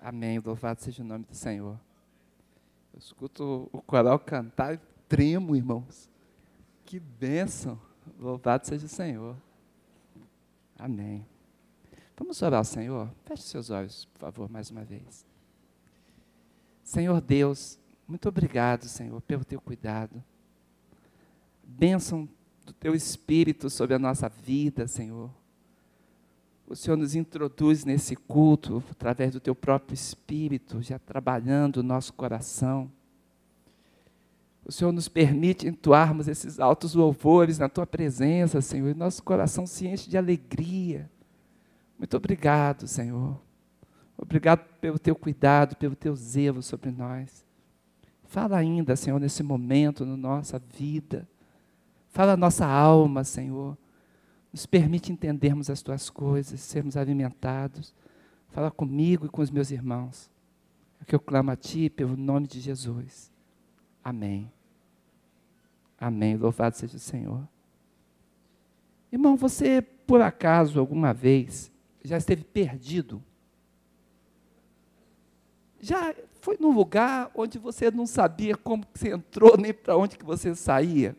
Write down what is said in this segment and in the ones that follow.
Amém. Louvado seja o nome do Senhor. Eu escuto o coral cantar e tremo, irmãos. Que bênção. Louvado seja o Senhor. Amém. Vamos orar ao Senhor? Feche seus olhos, por favor, mais uma vez. Senhor Deus, muito obrigado, Senhor, pelo teu cuidado. Bênção do teu Espírito sobre a nossa vida, Senhor. O Senhor nos introduz nesse culto, através do teu próprio Espírito, já trabalhando o nosso coração. O Senhor nos permite entoarmos esses altos louvores na tua presença, Senhor, e nosso coração se enche de alegria. Muito obrigado, Senhor. Obrigado pelo teu cuidado, pelo teu zelo sobre nós. Fala ainda, Senhor, nesse momento, na nossa vida. Fala a nossa alma, Senhor. Nos permite entendermos as tuas coisas, sermos alimentados. Fala comigo e com os meus irmãos. É o que eu clamo a ti, pelo nome de Jesus. Amém. Amém. Louvado seja o Senhor. Irmão, você, por acaso, alguma vez, já esteve perdido? Já foi num lugar onde você não sabia como que você entrou, nem para onde que você saía?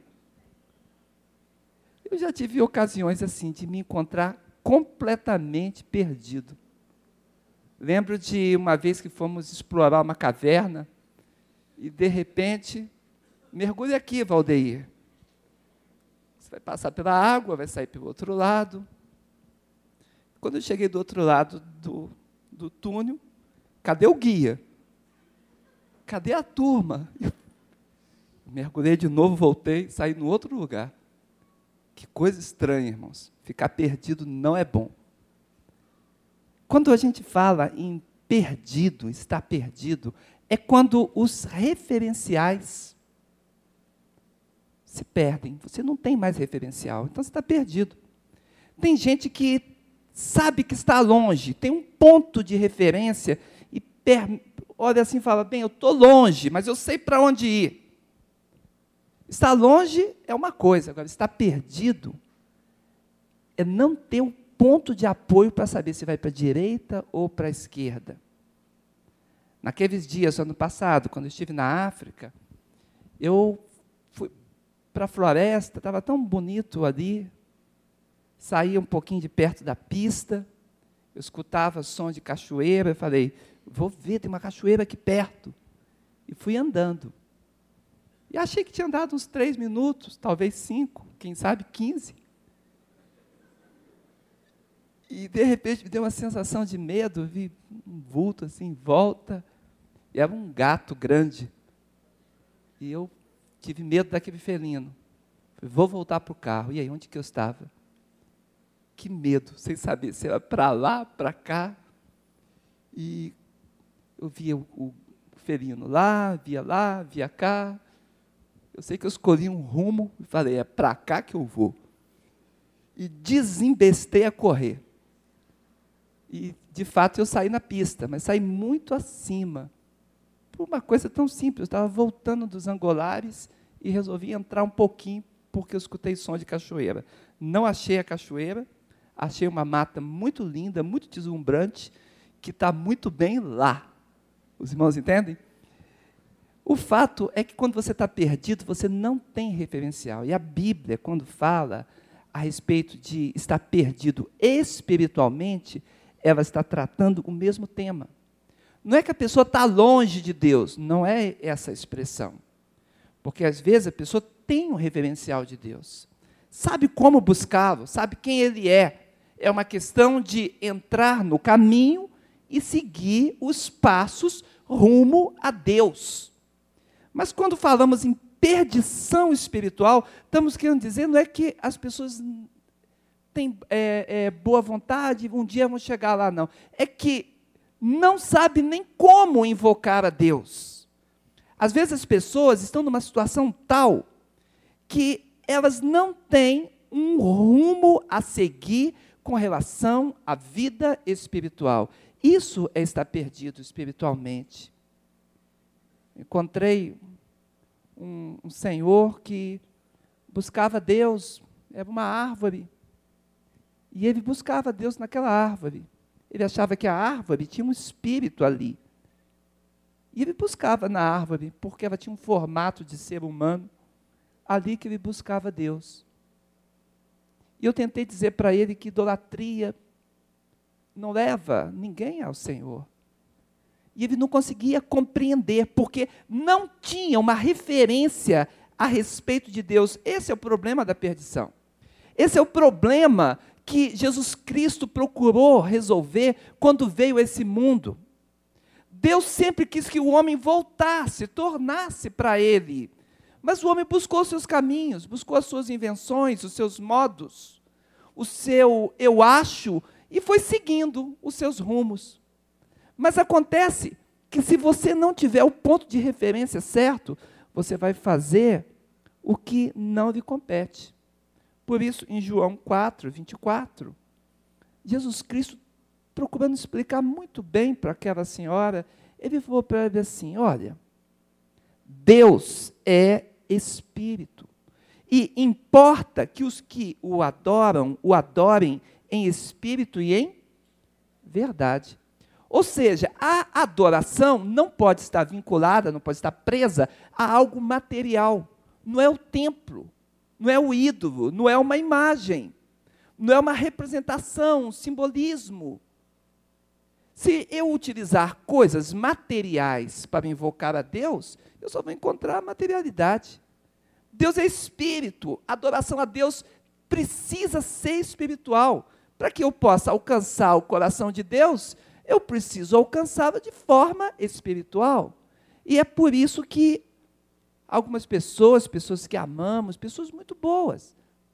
Eu já tive ocasiões assim, de me encontrar completamente perdido. Lembro de uma vez que fomos explorar uma caverna, e de repente, mergulhe aqui, Valdeir. Você vai passar pela água, vai sair pelo outro lado. Quando eu cheguei do outro lado do túnel, cadê o guia? Cadê a turma? Eu mergulhei de novo, voltei, saí no outro lugar. Que coisa estranha, irmãos. Ficar perdido não é bom. Quando a gente fala em perdido, estar perdido, é quando os referenciais se perdem. Você não tem mais referencial, então você está perdido. Tem gente que sabe que está longe, tem um ponto de referência e olha assim e fala, bem, eu estou longe, mas eu sei para onde ir. Estar longe é uma coisa, agora estar perdido é não ter um ponto de apoio para saber se vai para a direita ou para a esquerda. Naqueles dias, ano passado, quando eu estive na África, eu fui para a floresta, estava tão bonito ali, saía um pouquinho de perto da pista, eu escutava som de cachoeira, eu falei, vou ver, tem uma cachoeira aqui perto. E fui andando. E achei que tinha andado uns 3 minutos, talvez 5, quem sabe 15. E, de repente, me deu uma sensação de medo, vi um vulto assim em volta, e era um gato grande. E eu tive medo daquele felino. Falei, vou voltar para o carro. E aí, onde que eu estava? Que medo, sem saber se era para lá, para cá. E eu via o felino lá, via cá. Eu sei que eu escolhi um rumo e falei, é para cá que eu vou. E desembestei a correr. E, de fato, eu saí na pista, mas saí muito acima. Por uma coisa tão simples, eu estava voltando dos Angolares e resolvi entrar um pouquinho, porque eu escutei som de cachoeira. Não achei a cachoeira, achei uma mata muito linda, muito deslumbrante, que está muito bem lá. Os irmãos entendem? O fato é que quando você está perdido, você não tem referencial. E a Bíblia, quando fala a respeito de estar perdido espiritualmente, ela está tratando o mesmo tema. Não é que a pessoa está longe de Deus, não é essa a expressão. Porque às vezes a pessoa tem um referencial de Deus. Sabe como buscá-lo, sabe quem Ele é. É uma questão de entrar no caminho e seguir os passos rumo a Deus. Mas quando falamos em perdição espiritual, estamos querendo dizer, não é que as pessoas têm boa vontade, um dia vão chegar lá, não. É que não sabem nem como invocar a Deus. Às vezes as pessoas estão numa situação tal que elas não têm um rumo a seguir com relação à vida espiritual. Isso é estar perdido espiritualmente. Encontrei um senhor que buscava Deus, era uma árvore, e ele buscava Deus naquela árvore. Ele achava que a árvore tinha um espírito ali. E ele buscava na árvore, porque ela tinha um formato de ser humano, ali que ele buscava Deus. E eu tentei dizer para ele que idolatria não leva ninguém ao Senhor. E ele não conseguia compreender, porque não tinha uma referência a respeito de Deus. Esse é o problema da perdição. Esse é o problema que Jesus Cristo procurou resolver quando veio a esse mundo. Deus sempre quis que o homem voltasse, tornasse para Ele. Mas o homem buscou seus caminhos, buscou as suas invenções, os seus modos, o seu eu acho, e foi seguindo os seus rumos. Mas acontece que se você não tiver o ponto de referência certo, você vai fazer o que não lhe compete. Por isso, em João 4, 24, Jesus Cristo, procurando explicar muito bem para aquela senhora, ele falou para ela assim: olha, Deus é Espírito, e importa que os que o adorem em espírito e em verdade. Ou seja, a adoração não pode estar vinculada, não pode estar presa a algo material. Não é o templo, não é o ídolo, não é uma imagem, não é uma representação, um simbolismo. Se eu utilizar coisas materiais para invocar a Deus, eu só vou encontrar materialidade. Deus é espírito, a adoração a Deus precisa ser espiritual. Para que eu possa alcançar o coração de Deus, eu preciso alcançá-lo de forma espiritual. E é por isso que algumas pessoas que amamos, pessoas muito boas,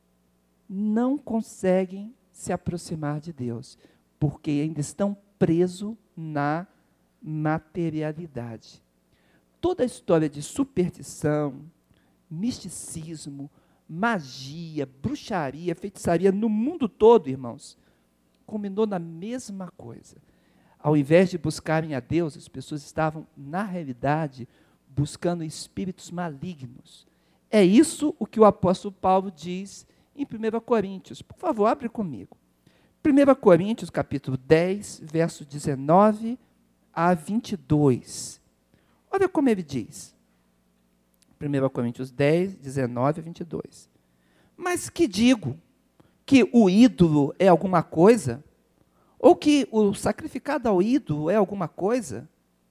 não conseguem se aproximar de Deus, porque ainda estão presos na materialidade. Toda a história de superstição, misticismo, magia, bruxaria, feitiçaria no mundo todo, irmãos, culminou na mesma coisa. Ao invés de buscarem a Deus, as pessoas estavam, na realidade, buscando espíritos malignos. É isso o que o apóstolo Paulo diz em 1 Coríntios. Por favor, abre comigo. 1 Coríntios, capítulo 10, verso 19 a 22. Olha como ele diz. 1 Coríntios 10, 19 a 22. Mas que digo? Que o ídolo é alguma coisa? Ou que o sacrificado ao ídolo é alguma coisa?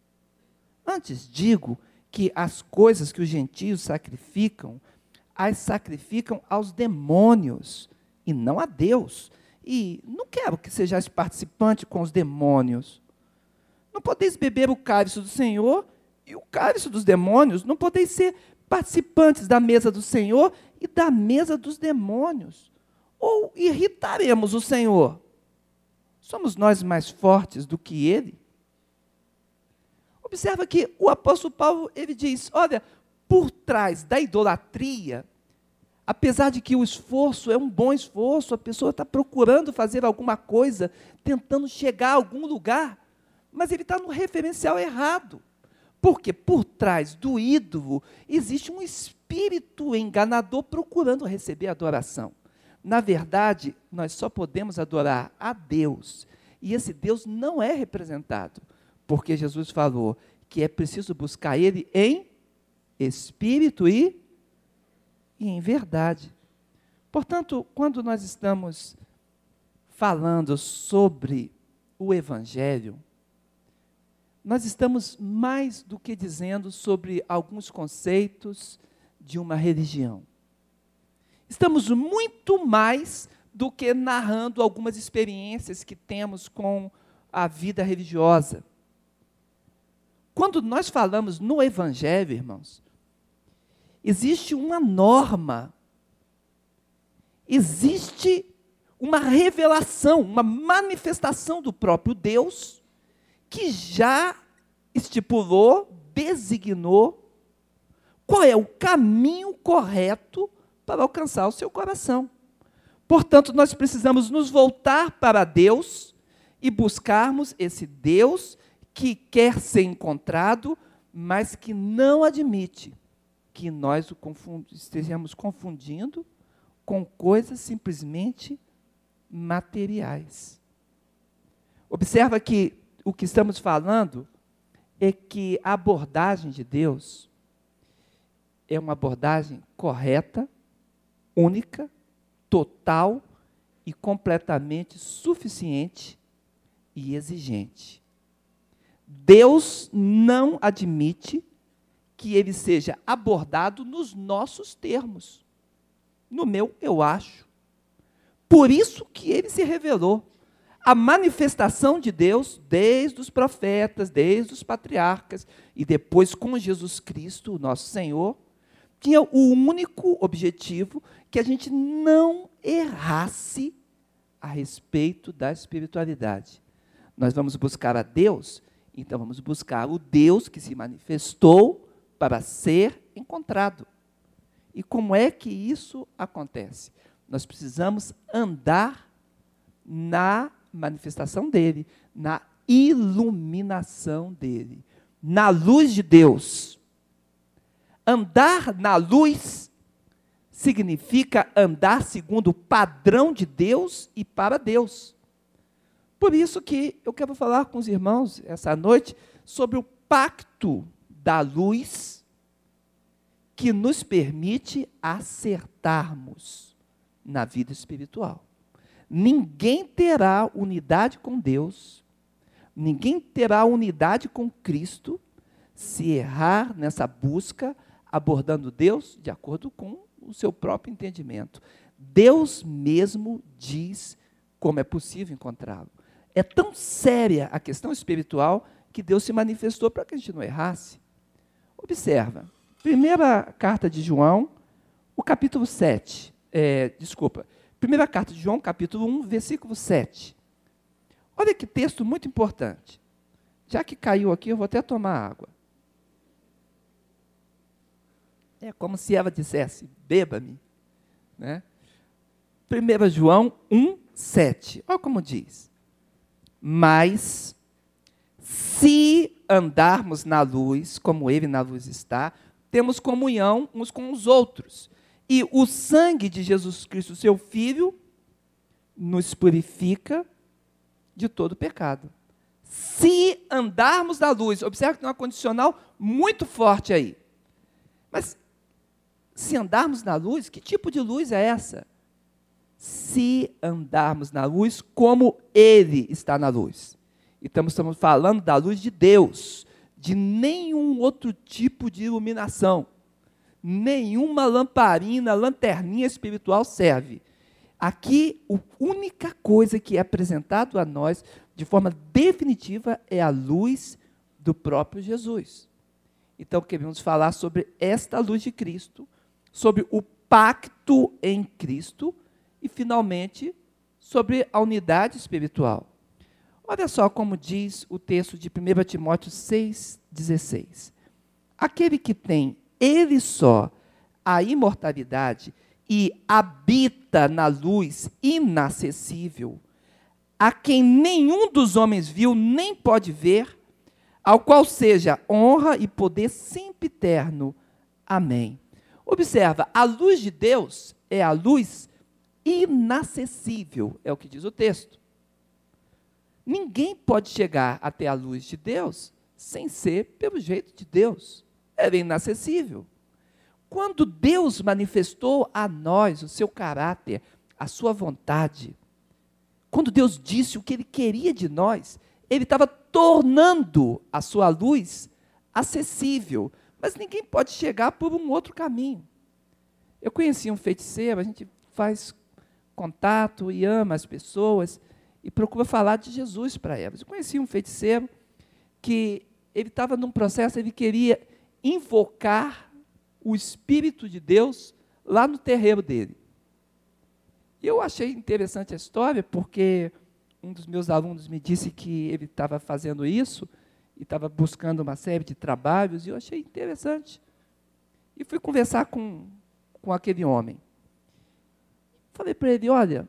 Antes digo que as coisas que os gentios sacrificam, as sacrificam aos demônios, e não a Deus. E não quero que sejais participante com os demônios. Não podeis beber o cálice do Senhor e o cálice dos demônios. Não podeis ser participantes da mesa do Senhor e da mesa dos demônios. Ou irritaremos o Senhor? Somos nós mais fortes do que Ele? Observa que o apóstolo Paulo, ele diz, olha, por trás da idolatria, apesar de que o esforço é um bom esforço, a pessoa está procurando fazer alguma coisa, tentando chegar a algum lugar, mas ele está no referencial errado. Porque por trás do ídolo existe um espírito enganador procurando receber adoração. Na verdade, nós só podemos adorar a Deus, e esse Deus não é representado, porque Jesus falou que é preciso buscar Ele em espírito e em verdade. Portanto, quando nós estamos falando sobre o Evangelho, nós estamos mais do que dizendo sobre alguns conceitos de uma religião. Estamos muito mais do que narrando algumas experiências que temos com a vida religiosa. Quando nós falamos no Evangelho, irmãos, existe uma norma, existe uma revelação, uma manifestação do próprio Deus, que já estipulou, designou qual é o caminho correto para alcançar o seu coração. Portanto, nós precisamos nos voltar para Deus e buscarmos esse Deus que quer ser encontrado, mas que não admite que nós estejamos confundindo com coisas simplesmente materiais. Observa que o que estamos falando é que a abordagem de Deus é uma abordagem correta, única, total e completamente suficiente e exigente. Deus não admite que ele seja abordado nos nossos termos. No meu, eu acho. Por isso que ele se revelou. A manifestação de Deus, desde os profetas, desde os patriarcas, e depois com Jesus Cristo, o nosso Senhor, tinha o único objetivo que a gente não errasse a respeito da espiritualidade. Nós vamos buscar a Deus, então vamos buscar o Deus que se manifestou para ser encontrado. E como é que isso acontece? Nós precisamos andar na manifestação dele, na iluminação dele, na luz de Deus. Andar na luz significa andar segundo o padrão de Deus e para Deus. Por isso que eu quero falar com os irmãos essa noite sobre o pacto da luz que nos permite acertarmos na vida espiritual. Ninguém terá unidade com Deus, ninguém terá unidade com Cristo se errar nessa busca, abordando Deus de acordo com o seu próprio entendimento. Deus mesmo diz como é possível encontrá-lo. É tão séria a questão espiritual que Deus se manifestou para que a gente não errasse. Observa, primeira carta de João, o capítulo 7, primeira carta de João, capítulo 1, versículo 7. Olha que texto muito importante. Já que caiu aqui, eu vou até tomar água. É como se ela dissesse, beba-me. Né? 1 João 1, 7. Olha como diz. Mas, se andarmos na luz, como ele na luz está, temos comunhão uns com os outros. E o sangue de Jesus Cristo, seu Filho, nos purifica de todo pecado. Se andarmos na luz, observe que tem uma condicional muito forte aí. Mas, se andarmos na luz, que tipo de luz é essa? Se andarmos na luz como Ele está na luz. Então, estamos falando da luz de Deus, de nenhum outro tipo de iluminação. Nenhuma lamparina, lanterninha espiritual serve. Aqui, a única coisa que é apresentado a nós, de forma definitiva, é a luz do próprio Jesus. Então, queremos falar sobre esta luz de Cristo, sobre o pacto em Cristo e, finalmente, sobre a unidade espiritual. Olha só como diz o texto de 1 Timóteo 6,16. Aquele que tem ele só a imortalidade e habita na luz inacessível, a quem nenhum dos homens viu nem pode ver, ao qual seja honra e poder sempiterno. Amém. Observa, a luz de Deus é a luz inacessível, é o que diz o texto. Ninguém pode chegar até a luz de Deus sem ser pelo jeito de Deus. Ela é inacessível. Quando Deus manifestou a nós o seu caráter, a sua vontade, quando Deus disse o que Ele queria de nós, Ele estava tornando a sua luz acessível. Mas ninguém pode chegar por um outro caminho. Eu conheci um feiticeiro, a gente faz contato e ama as pessoas e procura falar de Jesus para elas. Eu conheci um feiticeiro que ele estava num processo, ele queria invocar o Espírito de Deus lá no terreiro dele. E eu achei interessante a história, porque um dos meus alunos me disse que ele estava fazendo isso, e estava buscando uma série de trabalhos, e eu achei interessante. E fui conversar com aquele homem. Falei para ele, olha,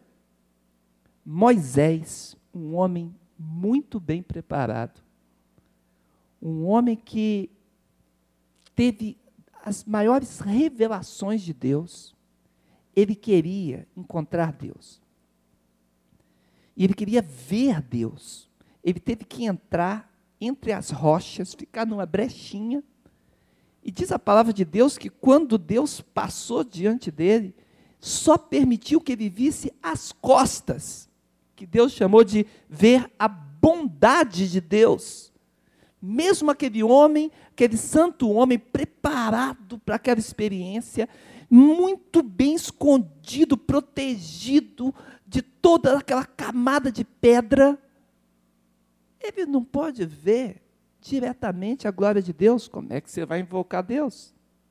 Moisés, um homem muito bem preparado, um homem que teve as maiores revelações de Deus, ele queria encontrar Deus. E ele queria ver Deus. ele teve que entrar entre as rochas, ficar numa brechinha. E diz a palavra de Deus que quando Deus passou diante dele, só permitiu que ele visse as costas, que Deus chamou de ver a bondade de Deus. Mesmo aquele homem, aquele santo homem preparado para aquela experiência, muito bem escondido, protegido de toda aquela camada de pedra, ele não pode ver diretamente a glória de Deus. Como é que você vai invocar Deus?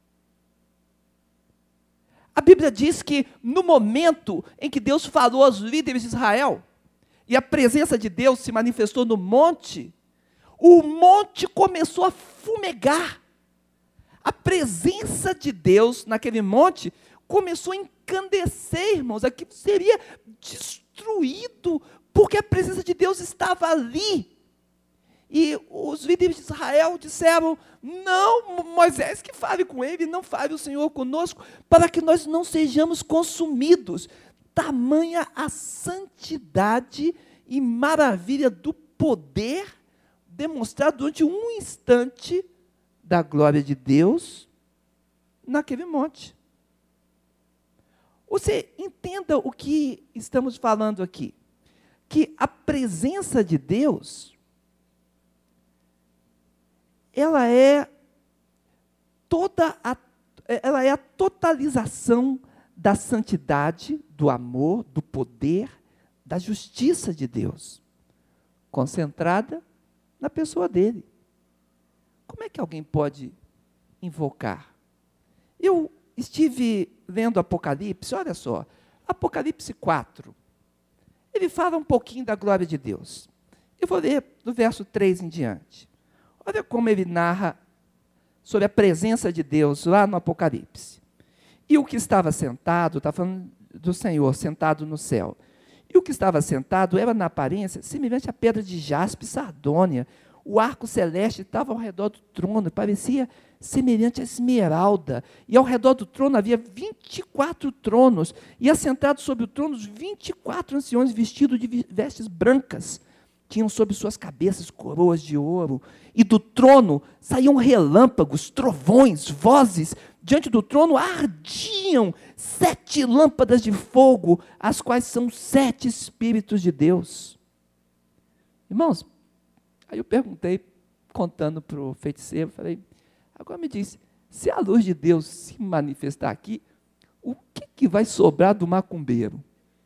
A Bíblia diz que no momento em que Deus falou aos líderes de Israel, e a presença de Deus se manifestou no monte, o monte começou a fumegar. A presença de Deus naquele monte começou a encandecer, irmãos. Aquilo seria destruído, porque a presença de Deus estava ali. E os líderes de Israel disseram: não, Moisés que fale com ele, não fale o Senhor conosco, para que nós não sejamos consumidos. Tamanha a santidade e maravilha do poder demonstrado durante um instante da glória de Deus naquele monte. Você entenda o que estamos falando aqui, que a presença de Deus, ela é a totalização da santidade, do amor, do poder, da justiça de Deus, concentrada na pessoa dele. Como é que alguém pode invocar? Eu estive lendo Apocalipse, olha só, Apocalipse 4, ele fala um pouquinho da glória de Deus. Eu vou ler do verso 3 em diante. Olha como ele narra sobre a presença de Deus lá no Apocalipse. E o que estava sentado, está falando do Senhor, sentado no céu. E o que estava sentado era na aparência semelhante à pedra de jaspe e sardônia. O arco celeste estava ao redor do trono, parecia semelhante a esmeralda. E ao redor do trono havia 24 tronos, e assentados sobre o trono, 24 anciões vestidos de vestes brancas. Tinham sobre suas cabeças coroas de ouro, e do trono saíam relâmpagos, trovões, vozes. Diante do trono ardiam 7 lâmpadas de fogo, as quais são 7 Espíritos de Deus. Irmãos, aí eu perguntei, contando para o feiticeiro, falei, agora me diz, se a luz de Deus se manifestar aqui, o que vai sobrar do macumbeiro?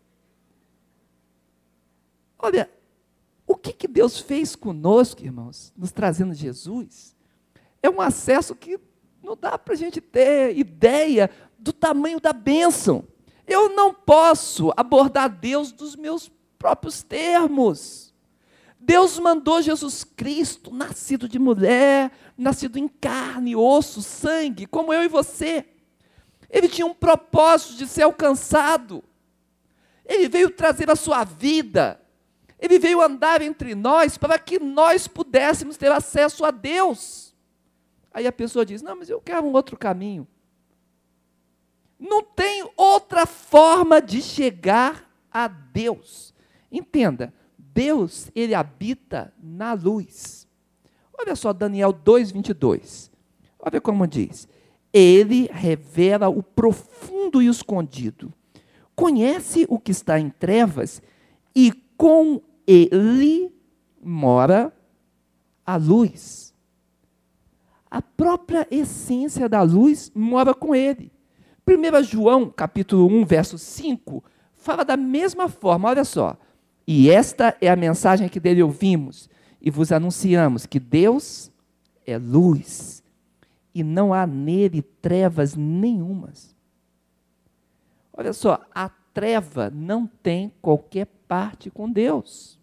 Olha, o que Deus fez conosco, irmãos, nos trazendo Jesus, é um acesso que não dá para a gente ter ideia do tamanho da bênção. Eu não posso abordar Deus dos meus próprios termos. Deus mandou Jesus Cristo, nascido de mulher, nascido em carne, osso, sangue, como eu e você. Ele tinha um propósito de ser alcançado. Ele veio trazer a sua vida. Ele veio andar entre nós para que nós pudéssemos ter acesso a Deus. Aí a pessoa diz, não, mas eu quero um outro caminho. Não tem outra forma de chegar a Deus. Entenda, Deus, ele habita na luz. Olha só Daniel 2:22. Olha como diz. Ele revela o profundo e o escondido. Conhece o que está em trevas e com ele mora a luz. A própria essência da luz mora com ele. 1 João, capítulo 1, verso 5, fala da mesma forma, olha só. E esta é a mensagem que dele ouvimos e vos anunciamos, que Deus é luz e não há nele trevas nenhumas. Olha só, a treva não tem qualquer parte com Deus.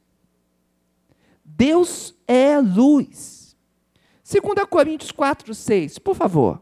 Deus é luz. 2 Coríntios 4:6, por favor.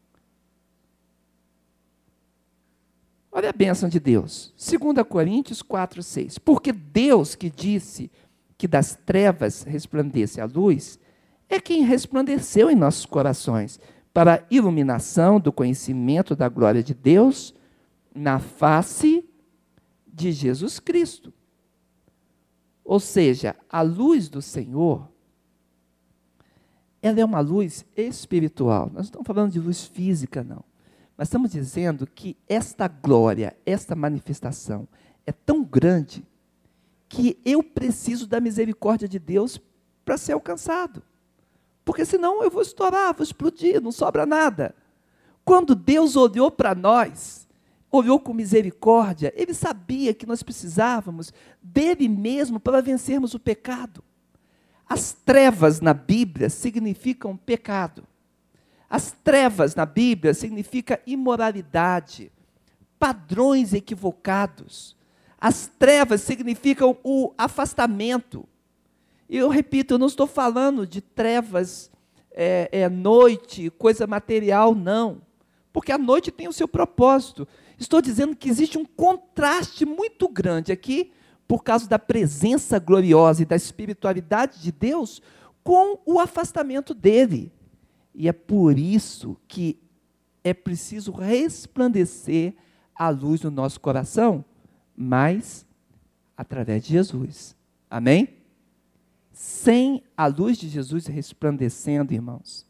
Olha a bênção de Deus. 2 Coríntios 4:6. Porque Deus que disse que das trevas resplandece a luz, é quem resplandeceu em nossos corações, para a iluminação do conhecimento da glória de Deus na face de Jesus Cristo. Ou seja, a luz do Senhor, ela é uma luz espiritual. Nós não estamos falando de luz física, não. Mas estamos dizendo que esta glória, esta manifestação é tão grande que eu preciso da misericórdia de Deus para ser alcançado. Porque senão eu vou estourar, vou explodir, não sobra nada. Quando Deus olhou para nós, olhou com misericórdia, Ele sabia que nós precisávamos dele mesmo para vencermos o pecado. As trevas na Bíblia significam pecado. As trevas na Bíblia significam imoralidade, padrões equivocados. As trevas significam o afastamento. E eu repito, eu não estou falando de trevas, noite, coisa material, não. Porque a noite tem o seu propósito. Estou dizendo que existe um contraste muito grande aqui, por causa da presença gloriosa e da espiritualidade de Deus, com o afastamento dele. E é por isso que é preciso resplandecer a luz no nosso coração, mas através de Jesus. Amém? Sem a luz de Jesus resplandecendo, irmãos,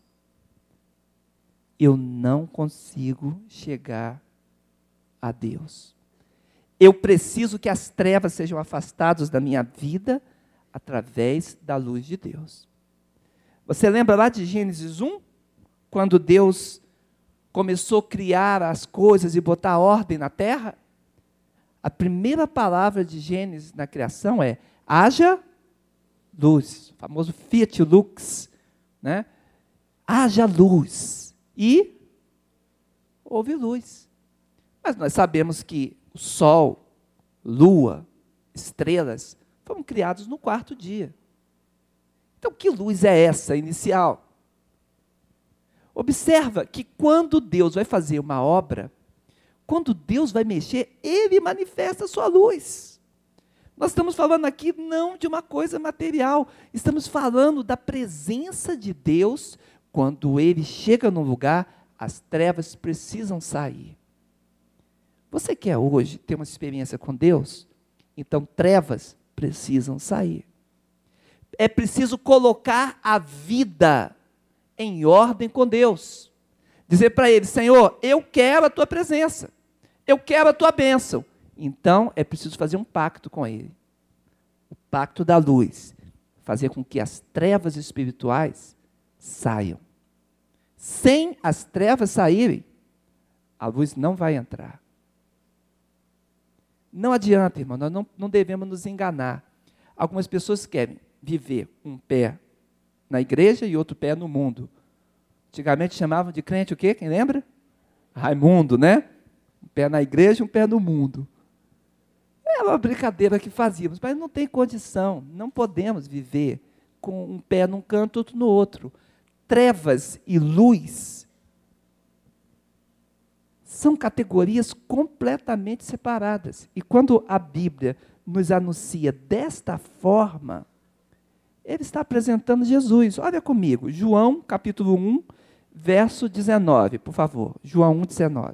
eu não consigo chegar a Deus. Eu preciso que as trevas sejam afastadas da minha vida através da luz de Deus. Você lembra lá de Gênesis 1? Quando Deus começou a criar as coisas e botar ordem na terra? A primeira palavra de Gênesis na criação é: haja luz. O famoso Fiat Lux, né? Haja luz. E houve luz. Mas nós sabemos que o sol, lua, estrelas foram criados no quarto dia. Então, que luz é essa inicial? Observa que quando Deus vai fazer uma obra, quando Deus vai mexer, Ele manifesta a sua luz. Nós estamos falando aqui não de uma coisa material, estamos falando da presença de Deus. Quando Ele chega no lugar, as trevas precisam sair. Você quer hoje ter uma experiência com Deus? Então trevas precisam sair. É preciso colocar a vida em ordem com Deus. Dizer para Ele: Senhor, eu quero a Tua presença. Eu quero a Tua bênção. Então é preciso fazer um pacto com Ele. O pacto da luz. Fazer com que as trevas espirituais saiam. Sem as trevas saírem, a luz não vai entrar. Não adianta, irmão, nós não devemos nos enganar. Algumas pessoas querem viver um pé na igreja e outro pé no mundo. Antigamente chamavam de crente o quê? Quem lembra? Raimundo, né? Um pé na igreja e um pé no mundo. É uma brincadeira que fazíamos, mas não tem condição. Não podemos viver com um pé num canto e outro no outro. Trevas e luz são categorias completamente separadas. E quando a Bíblia nos anuncia desta forma, ele está apresentando Jesus. Olha comigo, João capítulo 1, verso 19, por favor. João 1, 19.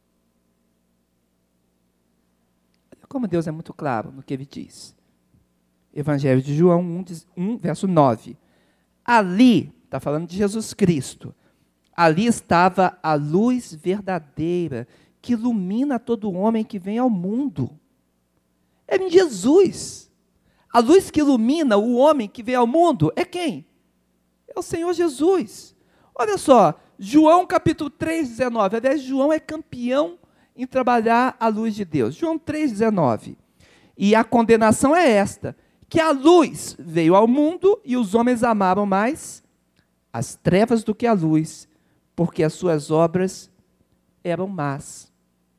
Olha como Deus é muito claro no que ele diz. Evangelho de João 1, verso 9. Ali, está falando de Jesus Cristo, ali estava a luz verdadeira, que ilumina todo homem que vem ao mundo. É em Jesus. A luz que ilumina o homem que vem ao mundo é quem? É o Senhor Jesus. Olha só, João capítulo 3, 19. Aliás, João é campeão em trabalhar a luz de Deus. João 3, 19. E a condenação é esta: que a luz veio ao mundo e os homens amaram mais as trevas do que a luz, porque as suas obras eram más.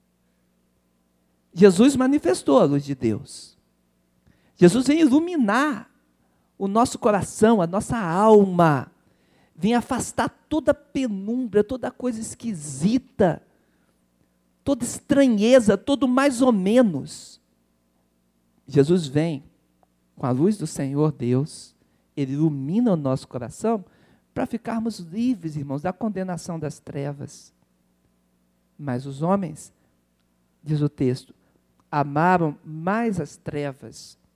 Jesus manifestou a luz de Deus. Jesus vem iluminar o nosso coração, a nossa alma. Vem afastar toda penumbra, toda coisa esquisita, toda estranheza, todo mais ou menos. Jesus vem com a luz do Senhor Deus, Ele ilumina o nosso coração para ficarmos livres, irmãos, da condenação das trevas. Mas os homens, diz o texto, amaram mais as trevas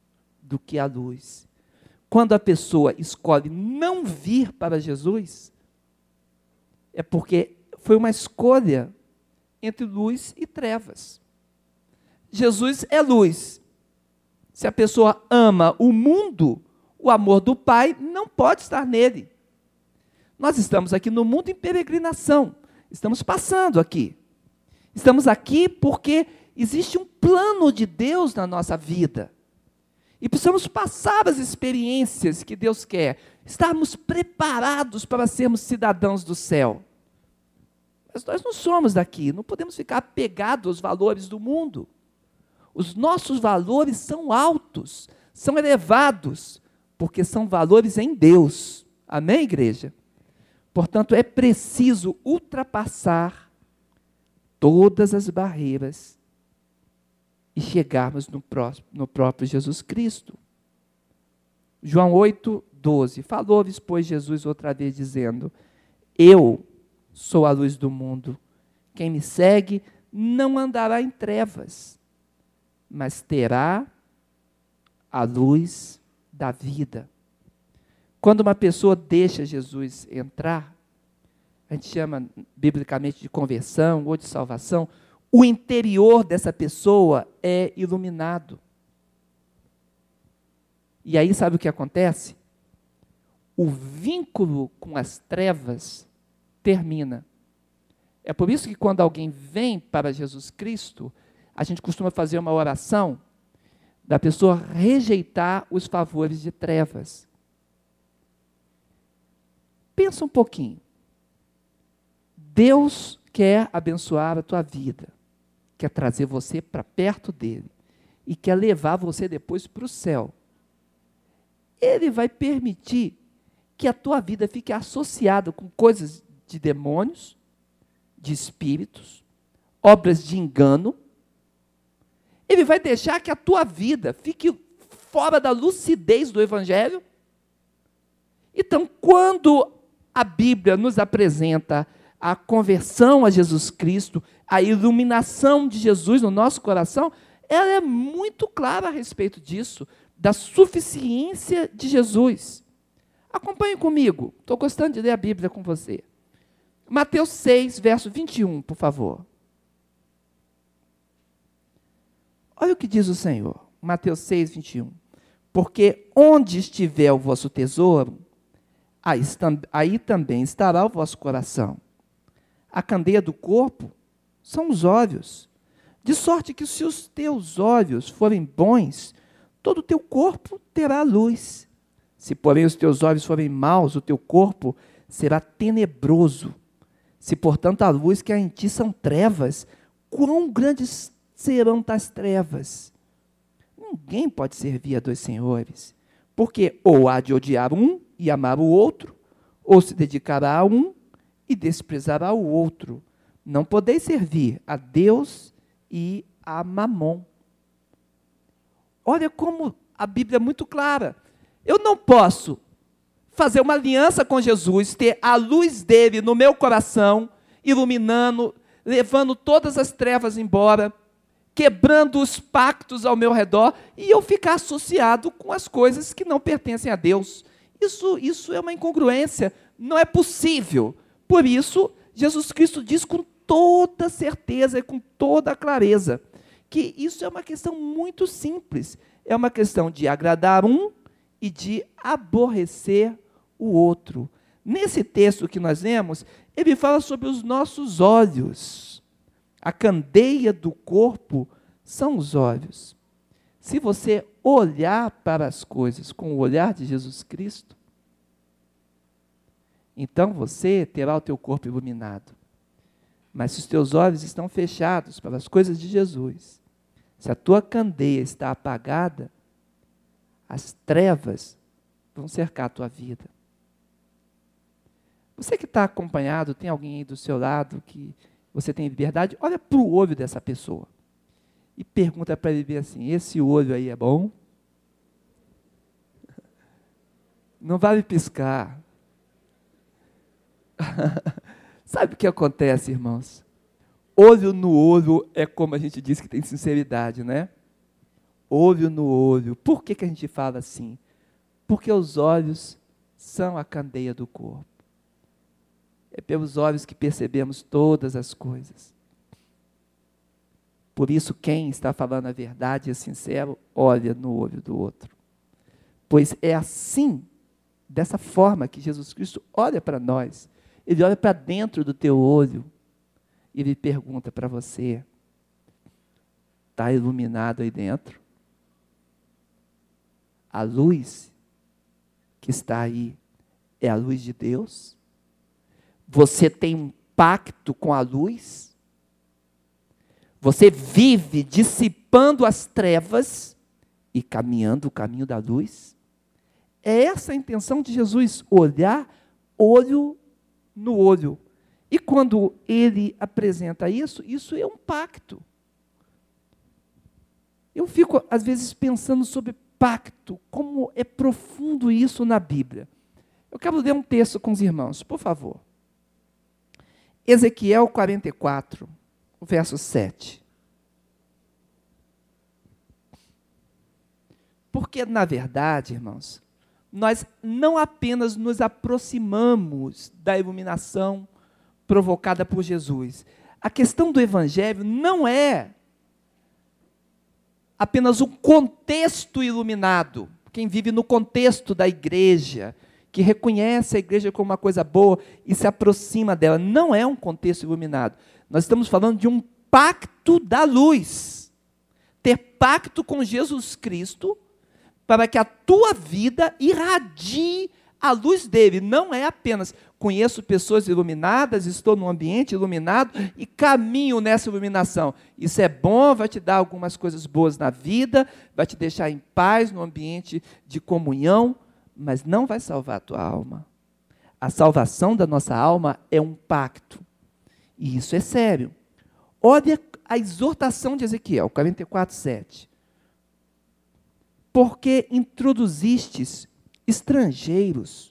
do que a luz. Quando a pessoa escolhe não vir para Jesus, é porque foi uma escolha entre luz e trevas. Jesus é luz. Se a pessoa ama o mundo, o amor do Pai não pode estar nele. Nós estamos aqui no mundo em peregrinação, estamos passando aqui. Estamos aqui porque existe um plano de Deus na nossa vida. E precisamos passar as experiências que Deus quer, estarmos preparados para sermos cidadãos do céu. Mas nós não somos daqui, não podemos ficar apegados aos valores do mundo. Os nossos valores são altos, são elevados, porque são valores em Deus. Amém, igreja? Portanto, é preciso ultrapassar todas as barreiras e chegarmos no próprio Jesus Cristo. João 8:12. Falou-lhes, pois, Jesus outra vez, dizendo: Eu sou a luz do mundo. Quem me segue não andará em trevas, mas terá a luz da vida. Quando uma pessoa deixa Jesus entrar, a gente chama biblicamente de conversão ou de salvação, o interior dessa pessoa é iluminado. E aí sabe o que acontece? O vínculo com as trevas termina. É por isso que quando alguém vem para Jesus Cristo, a gente costuma fazer uma oração da pessoa rejeitar os favores de trevas. Pensa um pouquinho. Deus quer abençoar a tua vida, quer trazer você para perto dele e quer levar você depois para o céu. Ele vai permitir que a tua vida fique associada com coisas de demônios, de espíritos, obras de engano. Ele vai deixar que a tua vida fique fora da lucidez do Evangelho. Então, quando a Bíblia nos apresenta a conversão a Jesus Cristo, a iluminação de Jesus no nosso coração, ela é muito clara a respeito disso, da suficiência de Jesus. Acompanhe comigo, estou gostando de ler a Bíblia com você. Mateus 6, verso 21, por favor. Olha o que diz o Senhor, Mateus 6, 21. Porque onde estiver o vosso tesouro, aí também estará o vosso coração. A candeia do corpo são os olhos, de sorte que se os teus olhos forem bons, todo o teu corpo terá luz. Se, porém, os teus olhos forem maus, o teu corpo será tenebroso. Se, portanto, a luz que há em ti são trevas, quão grandes serão tais trevas? Ninguém pode servir a dois senhores, porque ou há de odiar um e amar o outro, ou se dedicará a um e desprezará o outro. Não podeis servir a Deus e a Mamon. Olha como a Bíblia é muito clara. Eu não posso fazer uma aliança com Jesus, ter a luz dele no meu coração, iluminando, levando todas as trevas embora, quebrando os pactos ao meu redor, e eu ficar associado com as coisas que não pertencem a Deus. Isso é uma incongruência, não é possível. Por isso, Jesus Cristo diz com toda certeza e com toda clareza que isso é uma questão muito simples. É uma questão de agradar um e de aborrecer o outro. Nesse texto que nós lemos, ele fala sobre os nossos olhos. A candeia do corpo são os olhos. Se você olhar para as coisas com o olhar de Jesus Cristo, então você terá o teu corpo iluminado. Mas se os teus olhos estão fechados para as coisas de Jesus, se a tua candeia está apagada, as trevas vão cercar a tua vida. Você que está acompanhado, tem alguém aí do seu lado que você tem liberdade, olha para o olho dessa pessoa e pergunta para ele assim: esse olho aí é bom? Não vale piscar. Sabe o que acontece, irmãos? Olho no olho é como a gente diz que tem sinceridade, né? olho no olho. Por que a gente fala assim? Porque os olhos são a candeia do corpo. É pelos olhos que percebemos todas as coisas. Por isso, quem está falando a verdade é sincero, olha no olho do outro. Pois é assim, dessa forma que Jesus Cristo olha para nós. Ele olha para dentro do teu olho e ele pergunta para você: está iluminado aí dentro? A luz que está aí é a luz de Deus? Você tem um pacto com a luz? Você vive dissipando as trevas e caminhando o caminho da luz? É essa a intenção de Jesus, olhar olho no olho. E quando ele apresenta isso, isso é um pacto. Eu fico, às vezes, pensando sobre pacto, como é profundo isso na Bíblia. Eu quero ler um texto com os irmãos, por favor. Ezequiel 44, o verso 7. Porque, na verdade, irmãos, nós não apenas nos aproximamos da iluminação provocada por Jesus. A questão do Evangelho não é apenas um contexto iluminado. Quem vive no contexto da igreja, que reconhece a igreja como uma coisa boa e se aproxima dela, não é um contexto iluminado. Nós estamos falando de um pacto da luz. Ter pacto com Jesus Cristo, para que a tua vida irradie a luz dele. Não é apenas conheço pessoas iluminadas, estou num ambiente iluminado e caminho nessa iluminação. Isso é bom, vai te dar algumas coisas boas na vida, vai te deixar em paz no ambiente de comunhão, mas não vai salvar a tua alma. A salvação da nossa alma é um pacto. E isso é sério. Olha a exortação de Ezequiel, 44:7. Porque introduzistes estrangeiros,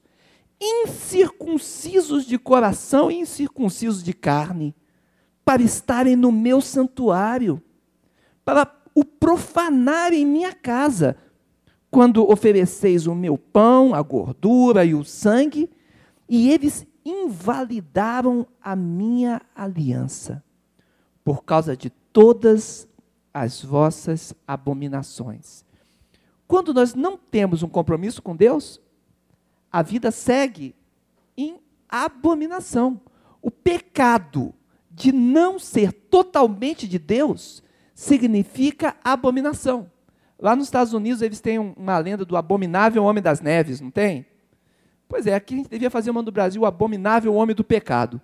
incircuncisos de coração e incircuncisos de carne, para estarem no meu santuário, para o profanar em minha casa, quando ofereceis o meu pão, a gordura e o sangue, e eles invalidaram a minha aliança, por causa de todas as vossas abominações. Quando nós não temos um compromisso com Deus, a vida segue em abominação. O pecado de não ser totalmente de Deus significa abominação. Lá nos Estados Unidos eles têm uma lenda do abominável homem das neves, não tem? Pois é, aqui a gente devia fazer uma do Brasil, o abominável homem do pecado.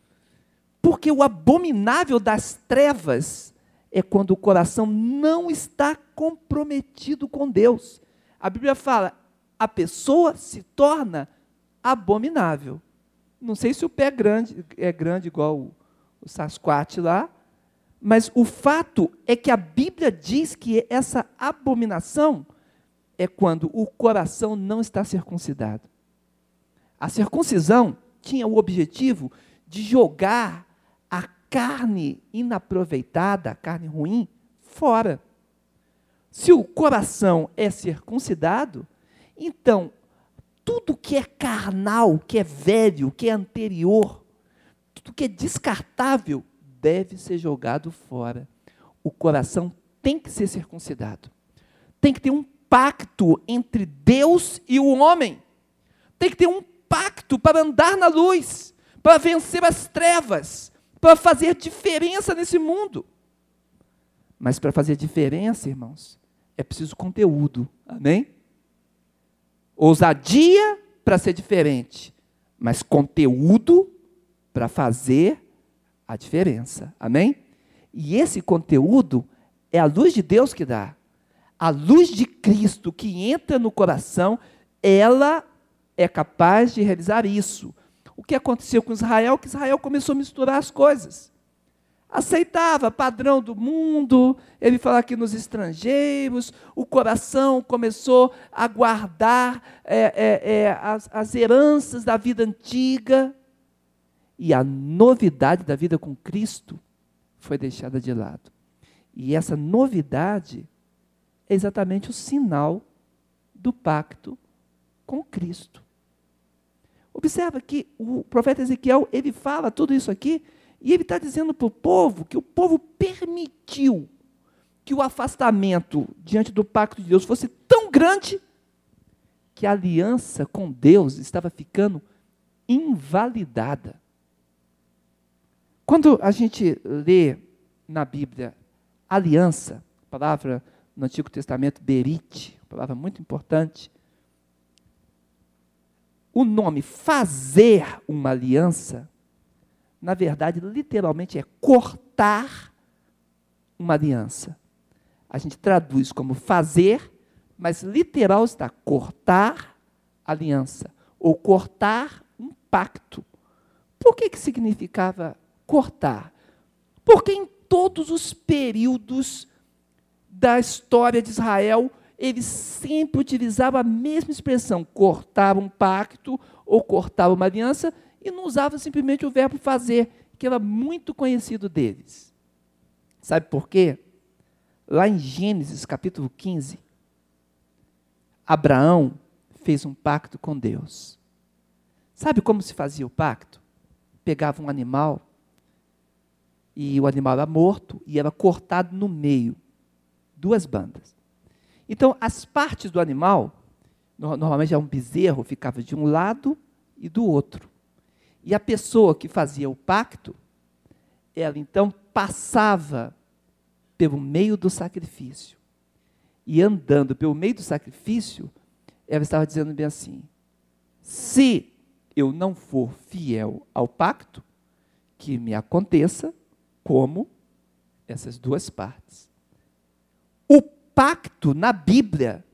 Porque o abominável das trevas é quando o coração não está comprometido com Deus. A Bíblia fala, a pessoa se torna abominável. Não sei se o pé é grande igual o Sasquatch lá, mas o fato é que a Bíblia diz que essa abominação é quando o coração não está circuncidado. A circuncisão tinha o objetivo de jogar a carne inaproveitada, a carne ruim, fora. Se o coração é circuncidado, então, tudo que é carnal, que é velho, que é anterior, tudo que é descartável, deve ser jogado fora. O coração tem que ser circuncidado. Tem que ter um pacto entre Deus e o homem. Tem que ter um pacto para andar na luz, para vencer as trevas, para fazer diferença nesse mundo. Mas para fazer diferença, irmãos, é preciso conteúdo. Amém? Ousadia para ser diferente, mas conteúdo para fazer a diferença. Amém? E esse conteúdo é a luz de Deus que dá. A luz de Cristo que entra no coração, ela é capaz de realizar isso. O que aconteceu com Israel? Que Israel começou a misturar as coisas. Aceitava padrão do mundo, ele fala aqui nos estrangeiros, o coração começou a guardar as heranças da vida antiga, e a novidade da vida com Cristo foi deixada de lado. E essa novidade é exatamente o sinal do pacto com Cristo. Observa que o profeta Ezequiel, ele fala tudo isso aqui, e ele está dizendo para o povo que o povo permitiu que o afastamento diante do pacto de Deus fosse tão grande que a aliança com Deus estava ficando invalidada. Quando a gente lê na Bíblia aliança, a palavra no Antigo Testamento, berit, palavra muito importante, o nome fazer uma aliança, na verdade, literalmente é cortar uma aliança. A gente traduz como fazer, mas literal está cortar aliança, ou cortar um pacto. Por que significava cortar? Porque em todos os períodos da história de Israel, eles sempre utilizavam a mesma expressão, cortar um pacto ou cortar uma aliança, e não usavam simplesmente o verbo fazer, que era muito conhecido deles. Sabe por quê? Lá em Gênesis capítulo 15, Abraão fez um pacto com Deus. Sabe como se fazia o pacto? Pegava um animal, e o animal era morto, e era cortado no meio, 2 bandas. Então, as partes do animal, normalmente é um bezerro, ficava de um lado e do outro. E a pessoa que fazia o pacto, ela então passava pelo meio do sacrifício. E andando pelo meio do sacrifício, ela estava dizendo bem assim: se eu não for fiel ao pacto, que me aconteça como essas 2 partes. O pacto na Bíblia,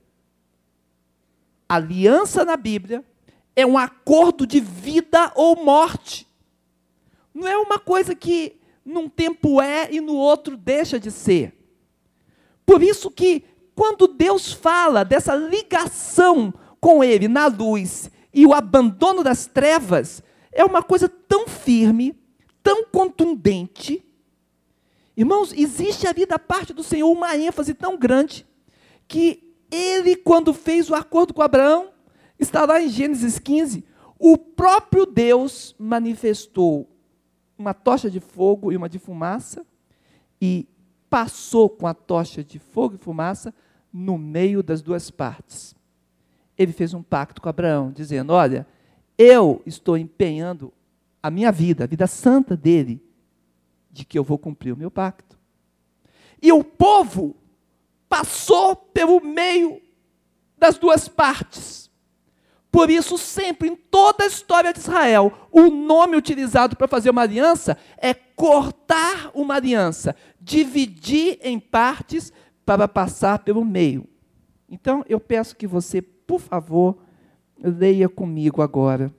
aliança na Bíblia, é um acordo de vida ou morte. Não é uma coisa que num tempo é e no outro deixa de ser. Por isso que quando Deus fala dessa ligação com Ele na luz e o abandono das trevas, é uma coisa tão firme, tão contundente. Irmãos, existe ali da parte do Senhor uma ênfase tão grande, que Ele, quando fez o acordo com Abraão, está lá em Gênesis 15, o próprio Deus manifestou uma tocha de fogo e uma de fumaça, e passou com a tocha de fogo e fumaça no meio das 2 partes. Ele fez um pacto com Abraão, dizendo: olha, eu estou empenhando a minha vida, a vida santa dele, de que eu vou cumprir o meu pacto. E o povo passou pelo meio das 2 partes. Por isso, sempre, em toda a história de Israel, o nome utilizado para fazer uma aliança é cortar uma aliança, dividir em partes para passar pelo meio. Então, eu peço que você, por favor, leia comigo agora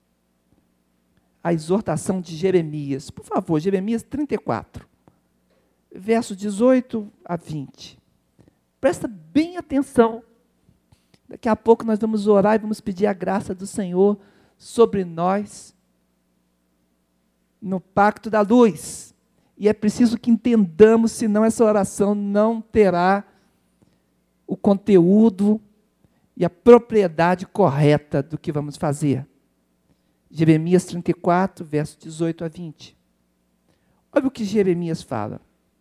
a exortação de Jeremias. Por favor, Jeremias 34, versos 18 a 20. Presta bem atenção. Daqui a pouco nós vamos orar e vamos pedir a graça do Senhor sobre nós, no pacto da luz. E é preciso que entendamos, senão essa oração não terá o conteúdo e a propriedade correta do que vamos fazer. Jeremias 34, versos 18 a 20. Olha o que Jeremias fala.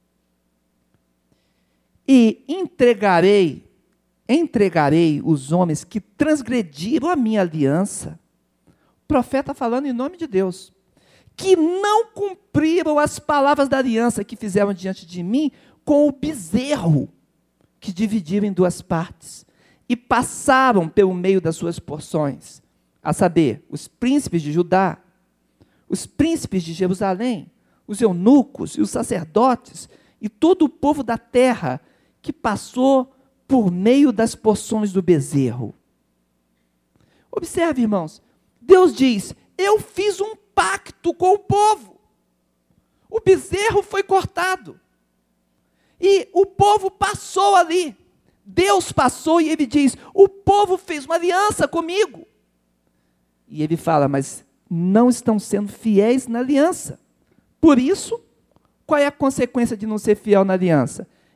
E entregarei os homens que transgrediram a minha aliança. O profeta falando em nome de Deus. Que não cumpriram as palavras da aliança que fizeram diante de mim com o bezerro, que dividiram em 2 partes, e passaram pelo meio das suas porções, a saber, os príncipes de Judá, os príncipes de Jerusalém, os eunucos e os sacerdotes, e todo o povo da terra, que passou por meio das porções do bezerro. Observe, irmãos, Deus diz: eu fiz um pacto com o povo. O bezerro foi cortado. E o povo passou ali. Deus passou e ele diz: o povo fez uma aliança comigo. E ele fala: mas não estão sendo fiéis na aliança. Por isso, qual é a consequência de não ser fiel na aliança?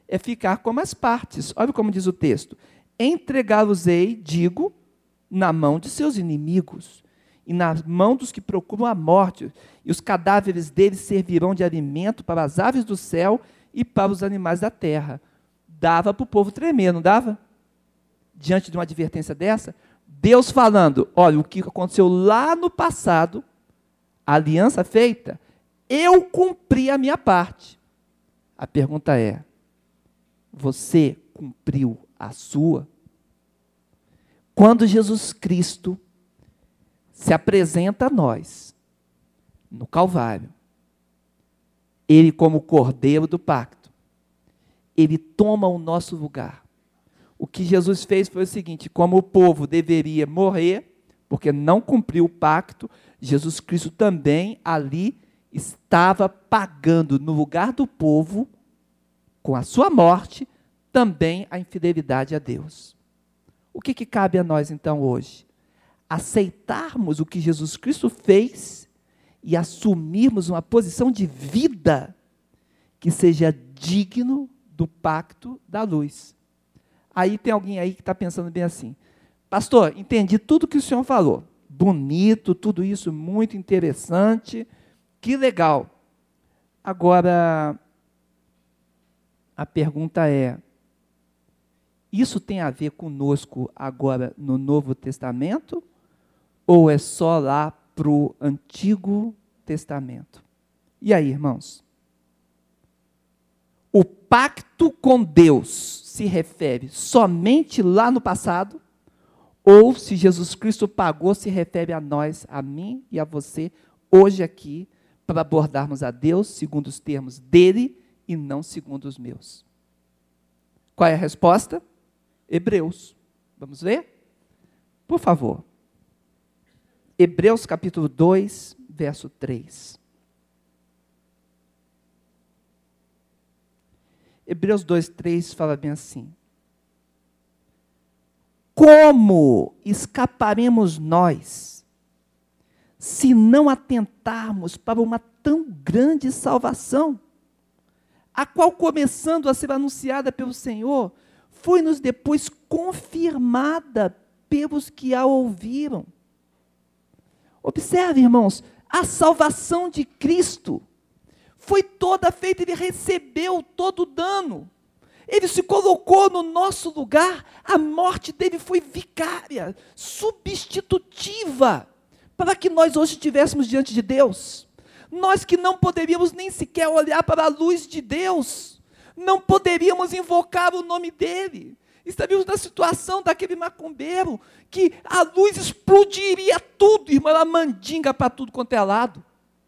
é ficar como as partes. Olha como diz o texto. Entregá-los-ei, digo, na mão de seus inimigos, e na mão dos que procuram a morte, e os cadáveres deles servirão de alimento para as aves do céu e para os animais da terra. Dava para o povo tremer, não dava? Diante de uma advertência dessa, Deus falando, olha, o que aconteceu lá no passado, a aliança feita, eu cumpri a minha parte. A pergunta é, você cumpriu a sua? Quando Jesus Cristo se apresenta a nós, no Calvário, Ele como Cordeiro do pacto, Ele toma o nosso lugar. O que Jesus fez foi o seguinte, como o povo deveria morrer, porque não cumpriu o pacto, Jesus Cristo também ali estava pagando no lugar do povo, com a sua morte, também a infidelidade a Deus. O que cabe a nós então hoje? Aceitarmos o que Jesus Cristo fez e assumirmos uma posição de vida que seja digno do pacto da luz. Aí tem alguém aí que está pensando bem assim, pastor, entendi tudo que o senhor falou, bonito, tudo isso muito interessante, que legal. Agora, a pergunta é, isso tem a ver conosco agora no Novo Testamento? Ou é só lá para o Antigo Testamento? E aí, irmãos? O pacto com Deus se refere somente lá no passado? Ou se Jesus Cristo pagou, se refere a nós, a mim e a você, hoje aqui, para abordarmos a Deus segundo os termos dele e não segundo os meus? Qual é a resposta? Hebreus. Vamos ver? Por favor. Hebreus capítulo 2, verso 3. Hebreus 2, 3 fala bem assim. Como escaparemos nós, se não atentarmos para uma tão grande salvação, a qual, começando a ser anunciada pelo Senhor, foi-nos depois confirmada pelos que a ouviram. Observe, irmãos, a salvação de Cristo foi toda feita, Ele recebeu todo o dano. Ele se colocou no nosso lugar, a morte dele foi vicária, substitutiva, para que nós hoje estivéssemos diante de Deus. Nós que não poderíamos nem sequer olhar para a luz de Deus, não poderíamos invocar o nome dele. Estaríamos na situação daquele macumbeiro, que a luz explodiria tudo, irmão, ela mandinga para tudo quanto é lado.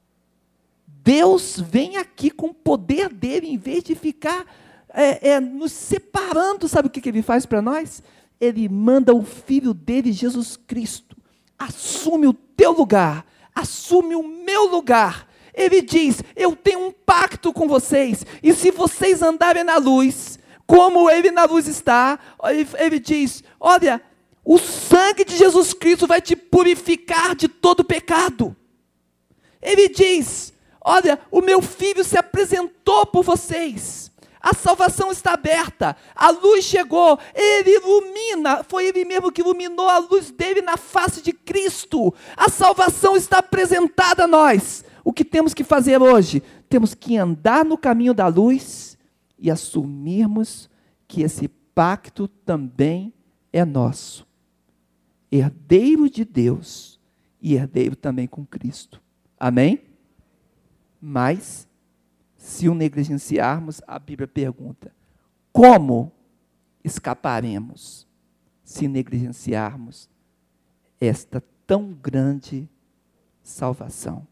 Deus vem aqui com o poder dele, em vez de ficar nos separando, sabe o que ele faz para nós? Ele manda o Filho dele, Jesus Cristo, assume o teu lugar, assume o meu lugar. Ele diz, eu tenho um pacto com vocês, e se vocês andarem na luz, como ele na luz está, ele diz, olha, o sangue de Jesus Cristo vai te purificar de todo pecado. Ele diz, olha, o meu Filho se apresentou por vocês, a salvação está aberta, a luz chegou, ele ilumina, foi ele mesmo que iluminou a luz dele na face de Cristo, a salvação está apresentada a nós. O que temos que fazer hoje? Temos que andar no caminho da luz e assumirmos que esse pacto também é nosso. Herdeiro de Deus e herdeiro também com Cristo. Amém? Mas, se o negligenciarmos, a Bíblia pergunta, como escaparemos se negligenciarmos esta tão grande salvação?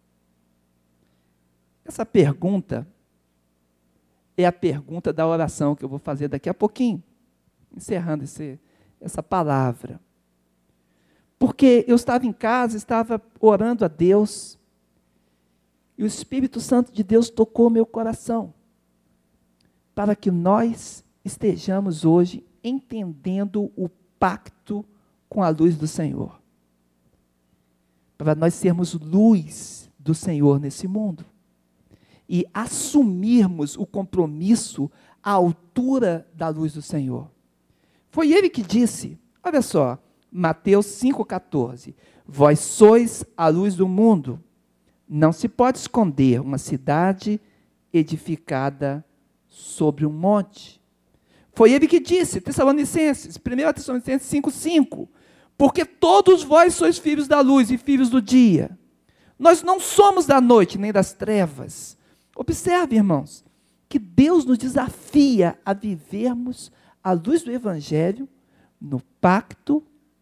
Essa pergunta é a pergunta da oração que eu vou fazer daqui a pouquinho, encerrando essa palavra. Porque eu estava em casa, estava orando a Deus, e o Espírito Santo de Deus tocou meu coração, para que nós estejamos hoje entendendo o pacto com a luz do Senhor, para nós sermos luz do Senhor nesse mundo. e assumirmos o compromisso à altura da luz do Senhor. Foi ele que disse, olha só, Mateus 5,14, vós sois a luz do mundo, não se pode esconder uma cidade edificada sobre um monte. Foi ele que disse, 1 Tessalonicenses 5,5, porque todos vós sois filhos da luz e filhos do dia. Nós não somos da noite nem das trevas. Observe, irmãos, que Deus nos desafia a vivermos à luz do Evangelho no pacto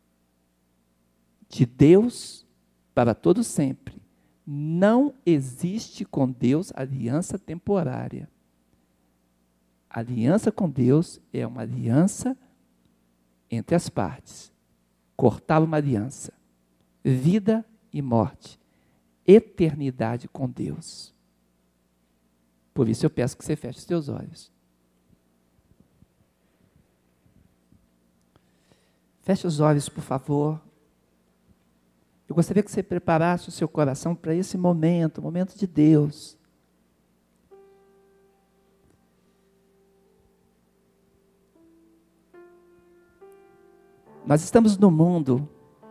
de Deus para todo sempre. Não existe com Deus aliança temporária. A aliança com Deus é uma aliança entre as partes. Cortar uma aliança. Vida e morte. Eternidade com Deus. Por isso eu peço que você feche os seus olhos. Feche os olhos, por favor. Eu gostaria que você preparasse o seu coração para esse momento, o momento de Deus. Nós estamos num mundo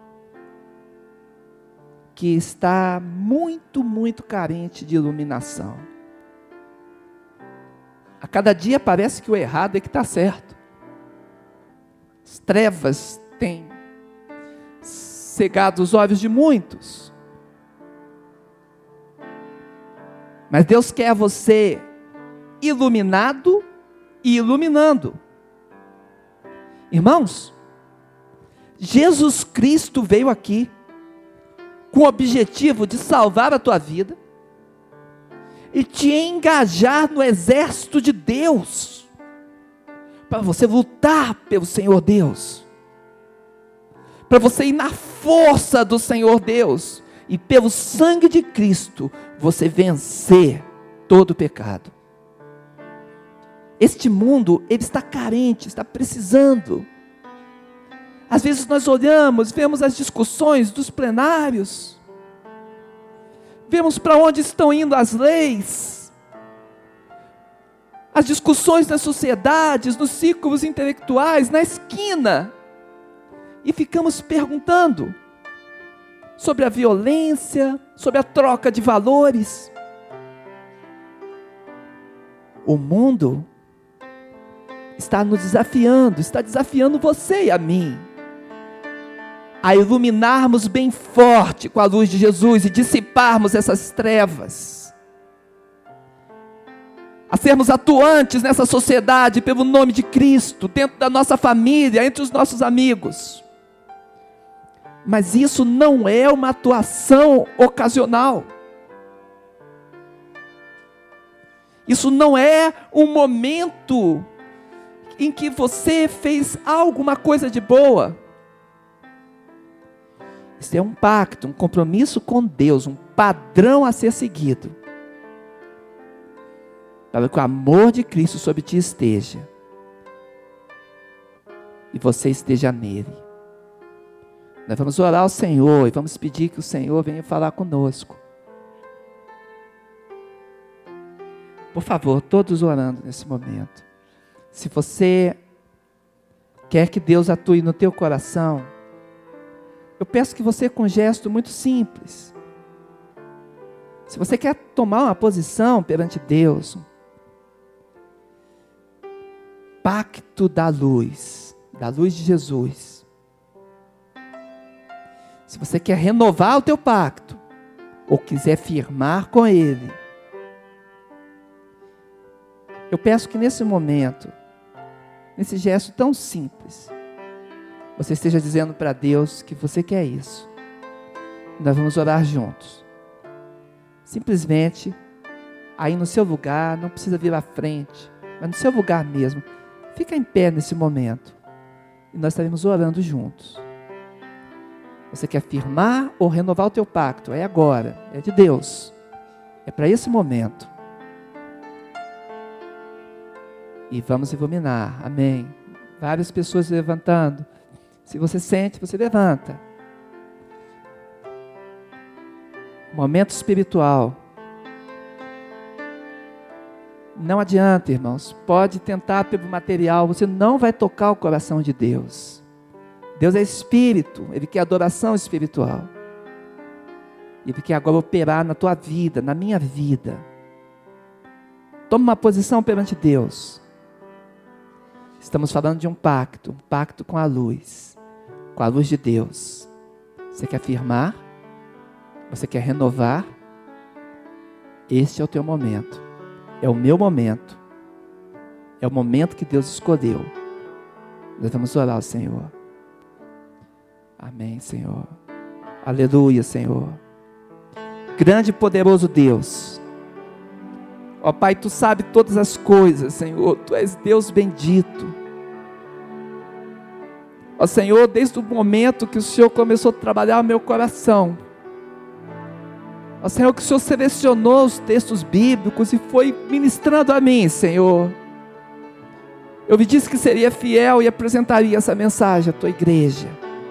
que está muito, muito carente de iluminação. A cada dia parece que o errado é que está certo. As trevas têm cegado os olhos de muitos. Mas Deus quer você iluminado e iluminando. Irmãos, Jesus Cristo veio aqui com o objetivo de salvar a tua vida e te engajar no exército de Deus, para você lutar pelo Senhor Deus, para você ir na força do Senhor Deus, e pelo sangue de Cristo, você vencer todo o pecado. Este mundo, ele está carente, está precisando. Às vezes nós olhamos, vemos as discussões dos plenários, vemos para onde estão indo as leis, as discussões nas sociedades, nos círculos intelectuais, na esquina, e ficamos perguntando sobre a violência, sobre a troca de valores. O mundo está nos desafiando, está desafiando você e a mim, a iluminarmos bem forte com a luz de Jesus e dissiparmos essas trevas, a sermos atuantes nessa sociedade pelo nome de Cristo, dentro da nossa família, entre os nossos amigos. Mas isso não é uma atuação ocasional. Isso não é um momento em que você fez alguma coisa de boa. Isso é um pacto, um compromisso com Deus, um padrão a ser seguido, para que o amor de Cristo sobre ti esteja, e você esteja nele. Nós vamos orar ao Senhor, e vamos pedir que o Senhor venha falar conosco. Por favor, todos orando nesse momento. Se você quer que Deus atue no teu coração, eu peço que você, com um gesto muito simples, se você quer tomar uma posição perante Deus, pacto da luz de Jesus. Se você quer renovar o teu pacto, ou quiser firmar com Ele, eu peço que nesse momento, nesse gesto tão simples, você esteja dizendo para Deus que você quer isso. Nós vamos orar juntos. Simplesmente, aí no seu lugar, não precisa vir à frente, mas no seu lugar mesmo, fica em pé nesse momento, e nós estaremos orando juntos. Você quer firmar ou renovar o teu pacto? É agora, é de Deus, é para esse momento. E vamos iluminar, amém. Várias pessoas se levantando. Se você sente, você levanta. Momento espiritual. Não adianta, irmãos. Pode tentar pelo material, você não vai tocar o coração de Deus. Deus é espírito, Ele quer adoração espiritual. Ele quer agora operar na tua vida, na minha vida. Toma uma posição perante Deus. Estamos falando de um pacto com a luz de Deus. Você quer firmar? Você quer renovar? Este é o teu momento. É o meu momento. É o momento que Deus escolheu. Nós vamos orar ao Senhor. Amém, Senhor. Aleluia, Senhor. Grande e poderoso Deus. Ó Pai, Tu sabes todas as coisas, Senhor. Tu és Deus bendito. Ó Senhor, desde o momento que o Senhor começou a trabalhar o meu coração, ó Senhor, que o Senhor selecionou os textos bíblicos e foi ministrando a mim, Senhor. Eu me disse que seria fiel e apresentaria essa mensagem à Tua igreja.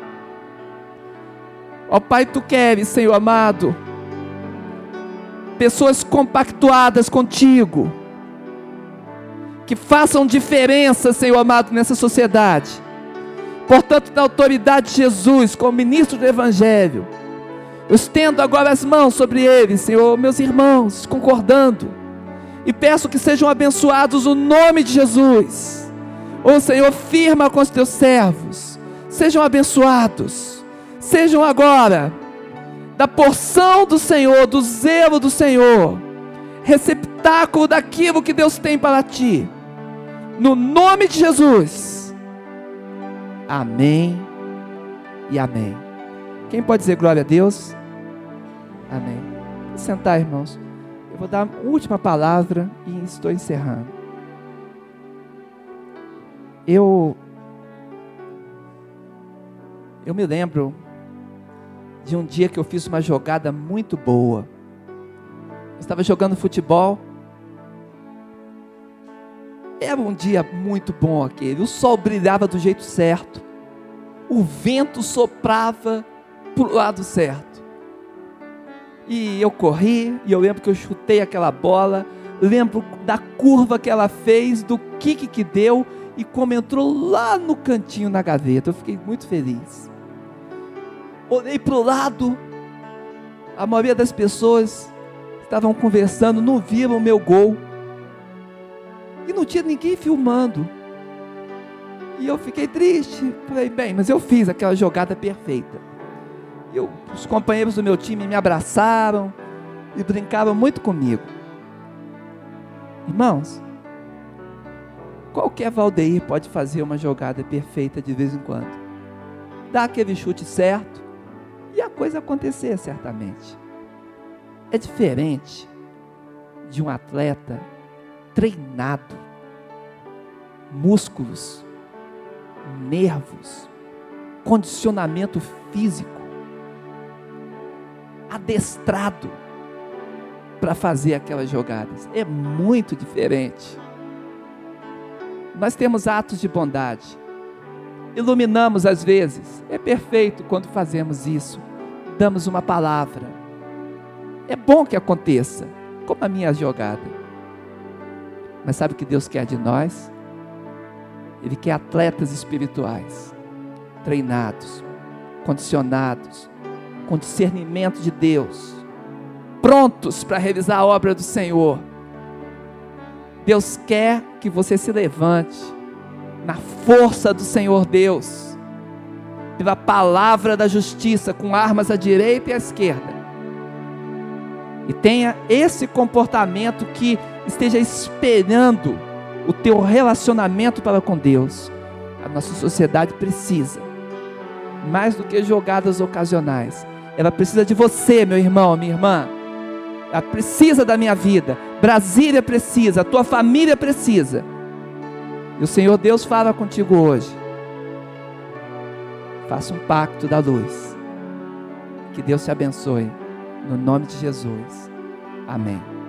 Ó Pai, Tu queres, Senhor amado, pessoas compactuadas contigo, que façam diferença, Senhor amado, nessa sociedade. Portanto, na autoridade de Jesus, como ministro do Evangelho, eu estendo agora as mãos sobre eles, Senhor, meus irmãos, concordando, e peço que sejam abençoados no nome de Jesus. Ó Senhor, firma com os Teus servos, sejam abençoados, sejam agora da porção do Senhor, do zelo do Senhor, receptáculo daquilo que Deus tem para ti, no nome de Jesus. Amém e amém. Quem pode dizer glória a Deus? Amém. Vou sentar, irmãos. Eu vou dar a última palavra e estou encerrando. Eu me lembro de um dia que eu fiz uma jogada muito boa. Eu estava jogando futebol. Era um dia muito bom aquele. O sol brilhava do jeito certo. O vento soprava para o lado certo. E eu corri, e eu lembro que eu chutei aquela bola. Lembro da curva que ela fez, do kick que deu, e como entrou lá no cantinho na gaveta. Eu fiquei muito feliz. Olhei para o lado, a maioria das pessoas estavam conversando, não viram o meu gol, e não tinha ninguém filmando, e eu fiquei triste. Falei, bem, mas eu fiz aquela jogada perfeita. Os companheiros do meu time me abraçaram e brincaram muito comigo. Irmãos, qualquer Valdeir pode fazer uma jogada perfeita de vez em quando, dar aquele chute certo e a coisa acontecer certamente. É diferente de um atleta treinado, músculos, nervos, condicionamento físico, adestrado para fazer aquelas jogadas. É muito diferente. Nós temos atos de bondade, iluminamos às vezes, é perfeito quando fazemos isso, damos uma palavra, é bom que aconteça, como a minha jogada. Mas sabe o que Deus quer de nós? Ele quer atletas espirituais, treinados, condicionados, com discernimento de Deus, prontos para realizar a obra do Senhor. Deus quer que você se levante na força do Senhor Deus, pela palavra da justiça, com armas à direita e à esquerda, e tenha esse comportamento que esteja espelhando o teu relacionamento para com Deus. A nossa sociedade precisa, mais do que jogadas ocasionais, ela precisa de você, meu irmão, minha irmã. Ela precisa da minha vida. Brasília precisa, a tua família precisa. E o Senhor Deus fala contigo hoje. Faça um pacto da luz. Que Deus te abençoe, no nome de Jesus. Amém.